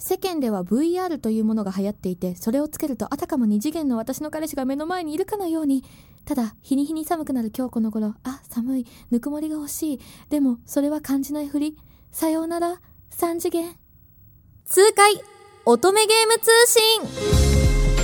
世間では VR というものが流行っていて、それをつけるとあたかも二次元の私の彼氏が目の前にいるかのように。ただ日に日に寒くなる今日この頃、寒い、ぬくもりが欲しい。でもそれは感じないふり。さようなら三次元。痛快乙女ゲーム通信。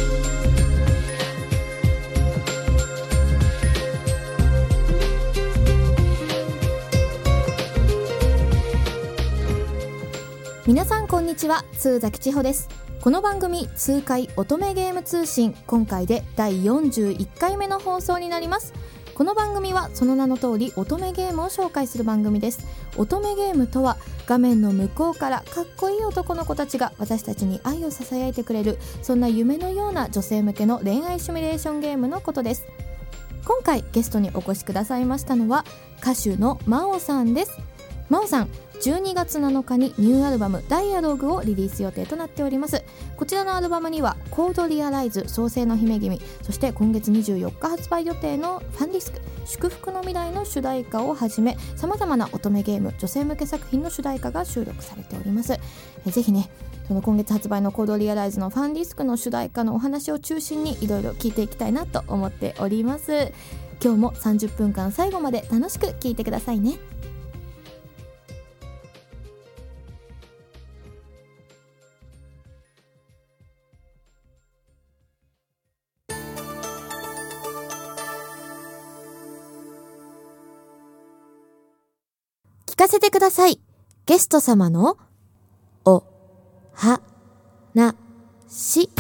皆さんこんにちは、津崎千穂です。この番組痛快乙女ゲーム通信、今回で第41回目の放送になります。この番組はその名の通り乙女ゲームを紹介する番組です。乙女ゲームとは、画面の向こうからかっこいい男の子たちが私たちに愛を囁いてくれる、そんな夢のような女性向けの恋愛シミュレーションゲームのことです。今回ゲストにお越しくださいましたのは歌手の真央さんです。真央さん、12月7日にニューアルバムダイアログをリリース予定となっております。こちらのアルバムにはコードリアライズ、創世の姫君、そして今月24日発売予定のファンディスク祝福の未来の主題歌をはじめ、様々な乙女ゲーム、女性向け作品の主題歌が収録されております。ぜひね、その今月発売のコードリアライズのファンディスクの主題歌のお話を中心にいろいろ聞いていきたいなと思っております。今日も30分間最後まで楽しく聞いてくださいね。聞かせてください。ゲスト様のおはなし。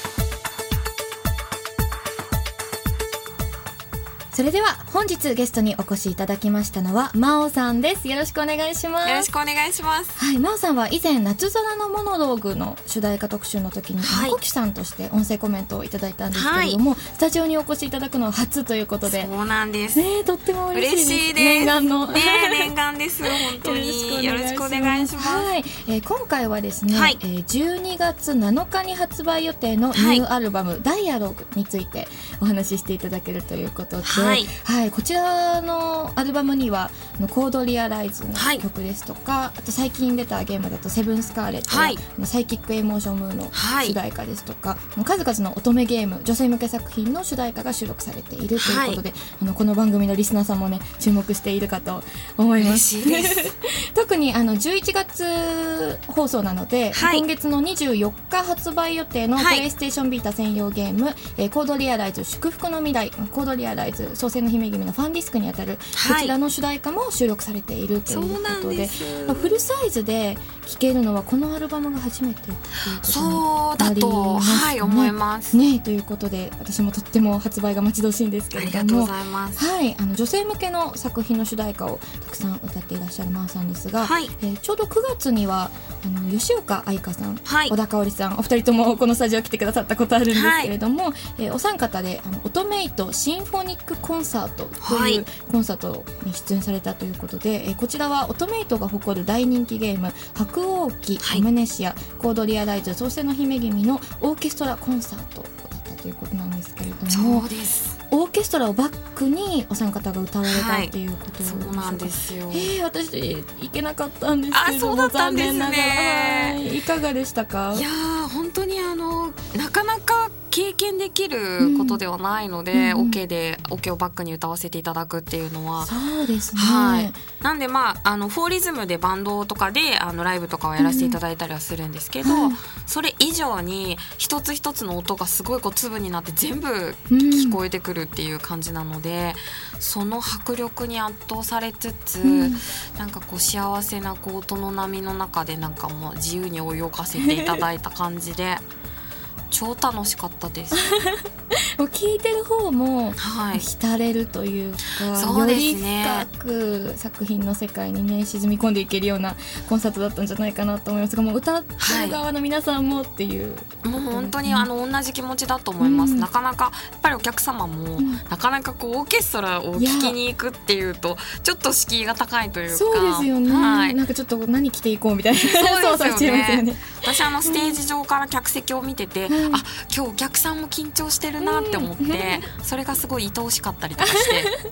それでは本日ゲストにお越しいただきましたのは真央さんです。よろしくお願いします。 よろしくお願いします。 はい、真央さんは以前夏空のモノローグの主題歌特集の時にコキさんとして音声コメントをいただいたんですけれども、スタジオにお越しいただくのは初ということで。 そうなんですね、とっても嬉しいです。 念願の念願です。本当によろしくお願いします。 はい、今回はですね、12月7日に発売予定のニューアルバム、ダイアログについてお話ししていただけるということで、こちらのアルバムにはコードリアライズの曲ですとか、あと最近出たゲームだとセブンスカーレットや、サイキックエモーションムーの主題歌ですとか、数々の乙女ゲーム、女性向け作品の主題歌が収録されているということで、この番組のリスナーさんもね注目しているかと思います。 嬉しいです特に11月放送なので、今月の24日発売予定のプレイステーションビータ専用ゲーム、コードリアライズ祝福の未来、コードリアライズ創世の姫君のファンディスクにあたるこちらの主題歌も収録されているということで、フルサイズで聴けるのはこのアルバムが初めてということになりますね。 思いますね。ということで私もとっても発売が待ち遠しいんですけれども、 ありがとうございます。 女性向けの作品の主題歌をたくさん歌っていらっしゃる真央さんですが、ちょうど9月には吉岡愛香さん、小田香織さん、お二人ともこのスタジオ来てくださったことあるんですけれども、お三方で乙女イトシンフォニックコンサートというコンサートに出演されたということで、こちらは乙女イトが誇る大人気ゲーム白鸚記、アムネシア、コードリアライズ創世の姫君のオーケストラコンサートだったということなんですけれども、 そうです。 オーケストラをバックにお三方が歌われたっていうことでしょうか。 そうなんですよ。 私行けなかったんですけれども、 そうだったんですね。 残念ながら。いかがでしたか？ いや本当になかなか経験できることではないので、オケをバックに歌わせていただくっていうのは。 そうですね。 なんでフォーリズムでバンドとかでライブとかはやらせていただいたりはするんですけど、それ以上に一つ一つの音がすごい粒になって全部聞こえてくるっていう感じなので、その迫力に圧倒されつつ、なんかこう幸せな音の波の中でなんかもう自由に泳がせていただいた感じで超楽しかったですもう聞いてる方も浸れるというか、 そうですね、 より深く作品の世界にね沈み込んでいけるようなコンサートだったんじゃないかなと思いますが、もう歌ってる側の皆さんもっていう、 もう本当に同じ気持ちだと思います。なかなかやっぱりお客様も、なかなかこうオーケストラを聴きに行くっていうとちょっと敷居が高いというか。 そうですよね、なんかちょっと何着ていこうみたいなそうですよね。 私ステージ上から客席を見てて、今日お客さんも緊張してるなって思って、それがすごい愛おしかったりとかして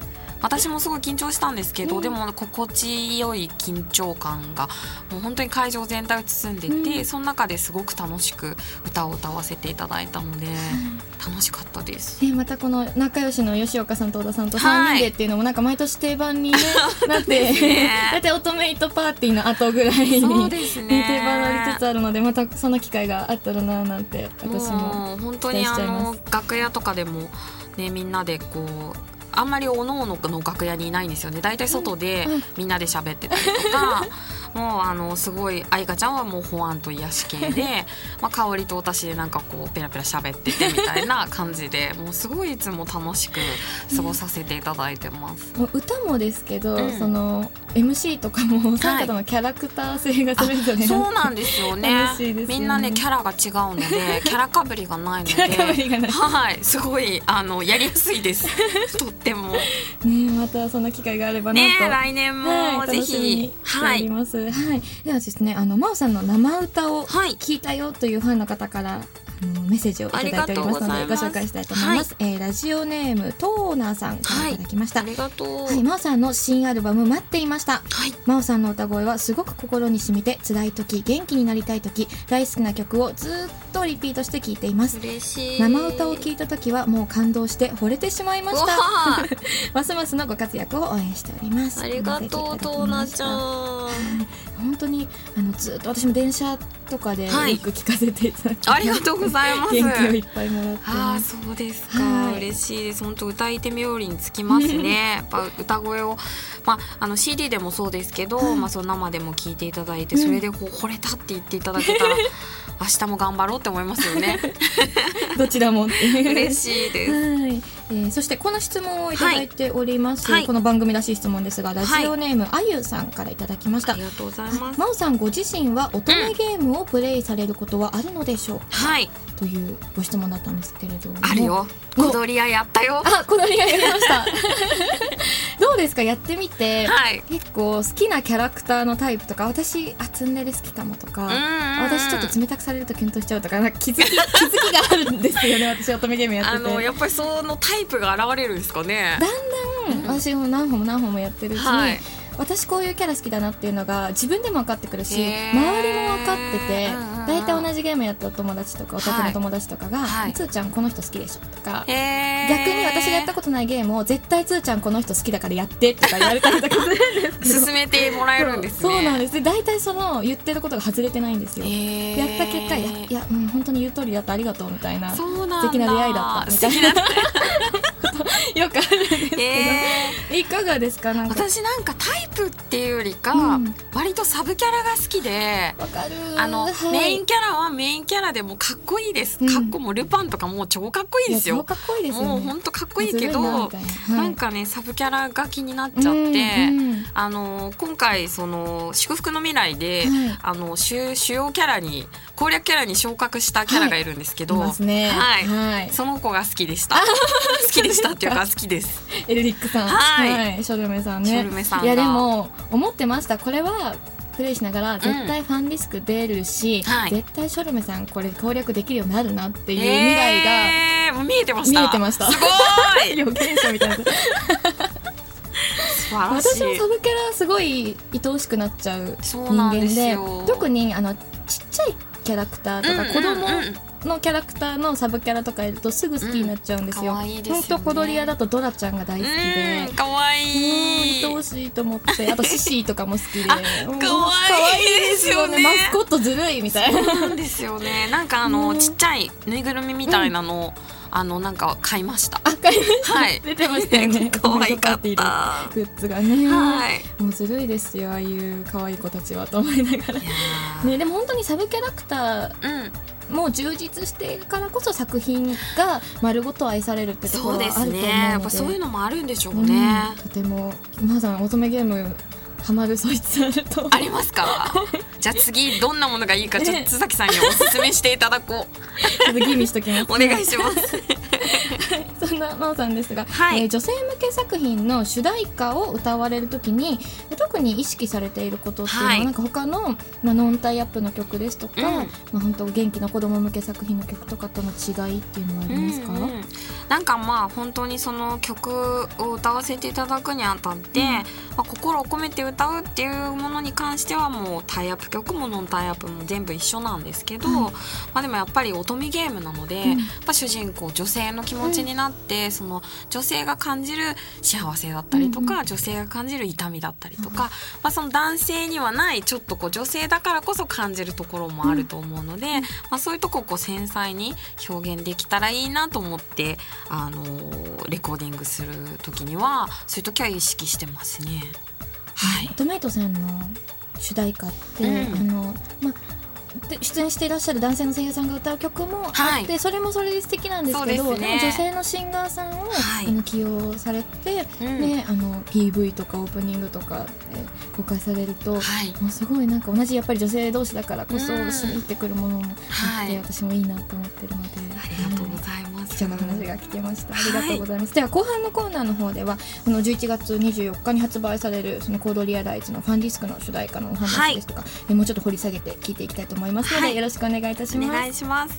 私もすごい緊張したんですけど、でも心地よい緊張感がもう本当に会場全体を包んでて、その中ですごく楽しく歌を歌わせていただいたので、楽しかったです。 またこの仲良しの吉岡さんと小田さんと3人でっていうのもなんか毎年定番に、ねなってだって乙女糸パーティーの後ぐらいにそうですね、 定番になりつつあるので、またその機会があったらななんて私も本当に楽屋とかでもね、みんなでこうあんまりおのおのの楽屋にいないんですよね。だいたい外でみんなで喋ってたりとか、もうすごい愛花ちゃんはもうほわんと癒し系で香りと私でなんかこうペラペラ喋っててみたいな感じでもうすごいいつも楽しく過ごさせていただいてます。 もう歌もですけど、その MC とかも参加のキャラクター性がそれぞれ、 そうなんですよね。みんなねキャラが違うのでキャラかぶりがないのではい、すごいやりやすいですとってもね。またその機会があればなと、 ね、来年もぜひ、 はい、楽しみにしております。はい、ではですね、真央さんの生歌を聞いたよというファンの方からメッセージをいただいておりますのでご紹介したいと思います。ラジオネームトーナーさんからいただきました。 ありがとう。 真央さんの新アルバム待っていました。真央さんの歌声はすごく心に染みて、辛い時、元気になりたい時、大好きな曲をずっとリピートして聴いています。 嬉しい。 生歌を聴いた時はもう感動して惚れてしまいました。ますますのご活躍を応援しております。 ありがとうトーナちゃん。 本当にずっと私も電車とかでよく聞かせていただき、 ありがとうございます。 元気をいっぱいもらってます。 そうですか、嬉しいです。本当歌い手冥利につきますね。やっぱ歌声を、CD でもそうですけど、その生でも聞いていただいて、それでこう惚れたって言っていただけたら明日も頑張ろうって思いますよね。 どちらも嬉しいです。 そしてこの質問をいただいております。この番組らしい質問ですが、ラジオネームあゆさんからいただきました。 ありがとうございます。 真央さんご自身は乙女ゲームをプレイされることはあるのでしょうか、というご質問だったんですけれども。 あるよ。小鳥屋やったよ。 小鳥屋やりましたどうですか、やってみて、結構好きなキャラクターのタイプとか、私ツンデレ好きかもとか、私ちょっと冷たくされるとキュンとしちゃうとか、気づきがあるんですよね。私乙女ゲームやってて、 やっぱりそのタイプが現れるんですかね。 だんだん私も何本もやってるうちに、私こういうキャラ好きだなっていうのが自分でも分かってくるし、周りも分かってて、大体同じゲームやった友達とかオタクの友達とかが、つーちゃんこの人好きでしょとか、逆に私がやったことないゲームを絶対つーちゃんこの人好きだからやってとか言われたりとかするんですけど、 勧めてもらえるんですね。 そうなんです。で大体その言ってることが外れてないんですよ。やった結果、いや本当に言う通りだった、ありがとうみたいな、素敵な出会いだったみたいなよくあるんですけど、いかがですか。 私なんかタイプっていうよりか、割とサブキャラが好きで、 わかる。 メインキャラはメインキャラでもかっこいいです。かっこもルパンとかもう超かっこいいですよ。 超かっこいいですよね。 もう本当かっこいいけど、なんかねサブキャラが気になっちゃって、今回その祝福の未来で、主要キャラに攻略キャラに昇格したキャラがいるんですけど、その子が好きでした。好きでしたっていうか好きです。 エルリックさん、ショルメさんね。いやでも思ってました。これはプレイしながら絶対ファンディスク出るし、絶対ショルメさんこれ攻略できるようになるなっていう未来が、 もう見えてました。 すごい予言者みたいな私もサブキャラすごい愛おしくなっちゃう人間で、特にちっちゃいキャラクターとか子供のキャラクターのサブキャラとかいるとすぐ好きになっちゃうんですよ。本当小鳥屋だとドラちゃんが大好きで、 かわいい。 愛おしいと思って、あとシシーとかも好きで、かわいいですよね。 マスコットずるいみたいな。 そうなんですよね。なんかちっちゃいぬいぐるみみたいなのなんか買いました。 買いました。出てましたよね。 可愛かったグッズがね。もうずるいですよ、ああいう可愛い子たちはと思いながら。ね、でも本当にサブキャラクターもう充実しているからこそ作品が丸ごと愛されるってところはあると思うので、 やっぱそういうのもあるんでしょうね。 とてもまだ乙女ゲームハマる素質あるとありますか。 じゃあ次どんなものがいいかちょっと津崎さんにおすすめしていただこう。 ちょっと吟味しときます、 お願いしますそんな真央さんですが、 はい、 女性向け作品の主題歌を歌われるときに特に意識されていることっていうのは、はい、なんか他の、ノンタイアップの曲ですとか、本当元気な子供向け作品の曲とかとの違いっていうのはありますか？ なんか本当にその曲を歌わせていただくにあたって、心を込めて歌うっていうものに関してはもうタイアップ曲もノンタイアップも全部一緒なんですけど、でもやっぱり乙女ゲームなので、やっぱ主人公女性の気持ちになって、その女性が感じる幸せだったりとか、女性が感じる痛みだったりとか、その男性にはないちょっと女性だからこそ感じるところもあると思うので、そういうとこを繊細に表現できたらいいなと思ってレコーディングする時にはそういう時は意識してますね。はい、 トメイトさんの主題歌って、出演していらっしゃる男性の声優さんが歌う曲もあって、それもそれで素敵なんですけど、でも女性のシンガーさんを、起用されて、PV とかオープニングとか公開されると、もうすごいなんか同じやっぱり女性同士だからこそしみってくるものもあって、私もいいなと思ってるので、 ありがとうございます。 貴重な話が聞けました。ありがとうございます。では後半のコーナーの方では11月24日に発売されるそのコードリアライズのファンディスクの主題歌のお話ですとか、もうちょっと掘り下げて聞いていきたいと思いますので、よろしくお願いいたします。 お願いします。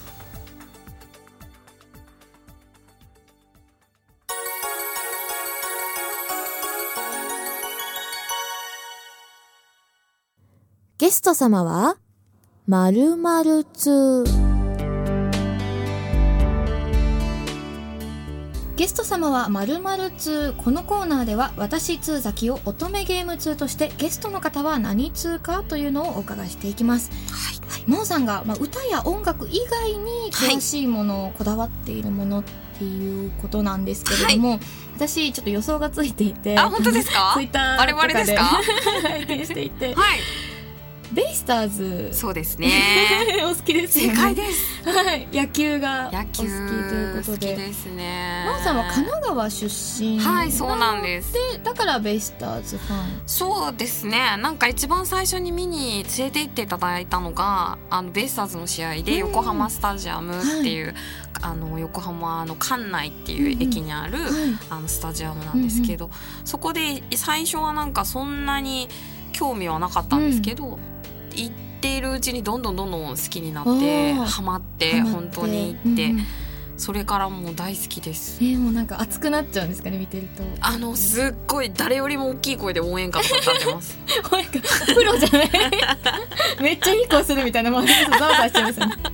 ゲスト様は〇〇2。ゲスト様は〇〇2。このコーナーでは私通崎を乙女ゲーム2として、ゲストの方は何2かというのをお伺いしていきます。真央さんが、歌や音楽以外に詳しいものをこだわっているものっていうことなんですけれども、私ちょっと予想がついていて、 本当ですか？ ツイッターとかで拝見していて、ベイスターズ、 そうですねお好きですよね。 正解です。 野球がお好きということで。 好きですね。 真央さんは神奈川出身。 そうなんです。 でだからベイスターズファン。 そうですね。なんか一番最初に見に連れて行っていただいたのがベイスターズの試合で、横浜スタジアムっていう、横浜の関内っていう駅にある、スタジアムなんですけど、そこで最初はなんかそんなに興味はなかったんですけど、行っているうちにどんどん好きになってハマって本当に行って、それからもう大好きです。 もうなんか熱くなっちゃうんですかね、見てると。 すっごい誰よりも大きい声で応援歌とか歌ってますプロじゃないめっちゃいい声するみたいな、もうざわざわしちゃいますよね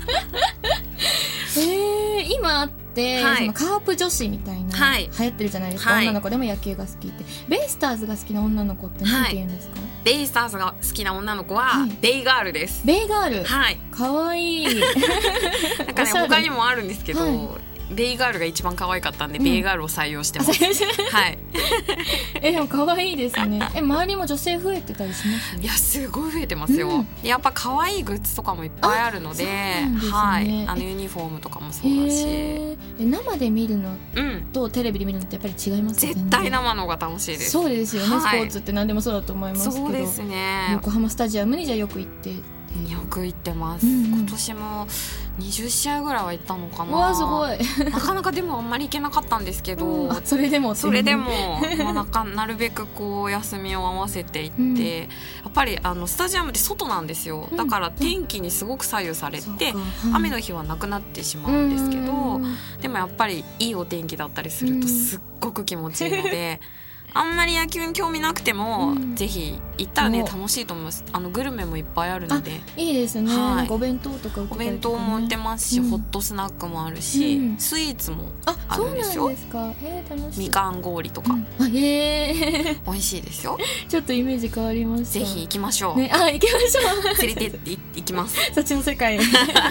今あって、そのカープ女子みたいな、流行ってるじゃないですか、女の子でも野球が好きって。ベイスターズが好きな女の子って何て言うんですか？ ベイスターズが好きな女の子は、ベイガールです。 ベイガール、かわいいなんかね、他にもあるんですけど、ベイガールが一番可愛かったんで、ベイガールを採用してます。 でも可愛いですね。周りも女性増えてたりします？ いや、すごい増えてますよ。やっぱ可愛いグッズとかもいっぱいあるので、ユニフォームとかもそうだし。 生で見るのとテレビで見るのってやっぱり違いますよね。 絶対生の方が楽しいです。 そうですよね。スポーツって何でもそうだと思いますけど。 そうですね。 横浜スタジアムにじゃあよく行って。 よく行ってます。今年も20試合ぐらいは行ったのかな。 わ、すごいなかなかでもあんまり行けなかったんですけど、 それでもなるべくこう休みを合わせて行って、やっぱりスタジアムって外なんですよ。だから天気にすごく左右されて、雨の日はなくなってしまうんですけど、でもやっぱりいいお天気だったりするとすっごく気持ちいいので、あんまり野球に興味なくても、ぜひ行ったらね楽しいと思います。グルメもいっぱいあるので。 いいですね。なんかお弁当とかお弁当も売ってますし、ホットスナックもあるし、スイーツもあるんですよ。 そうなんですか。楽しい。 みかん氷とか、美味しいですよ。 ちょっとイメージ変わりました。 ぜひ行きましょう。 行きましょう。 連れてって行きます。 そっちの世界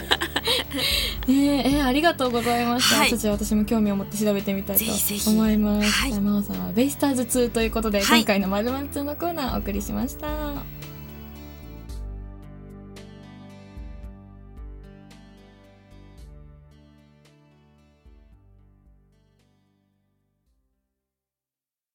ありがとうございました。そちら私も興味を持って調べてみたいと思います。真央さんはベイスターズ2ということで、今回の〇〇2のコーナーをお送りしました。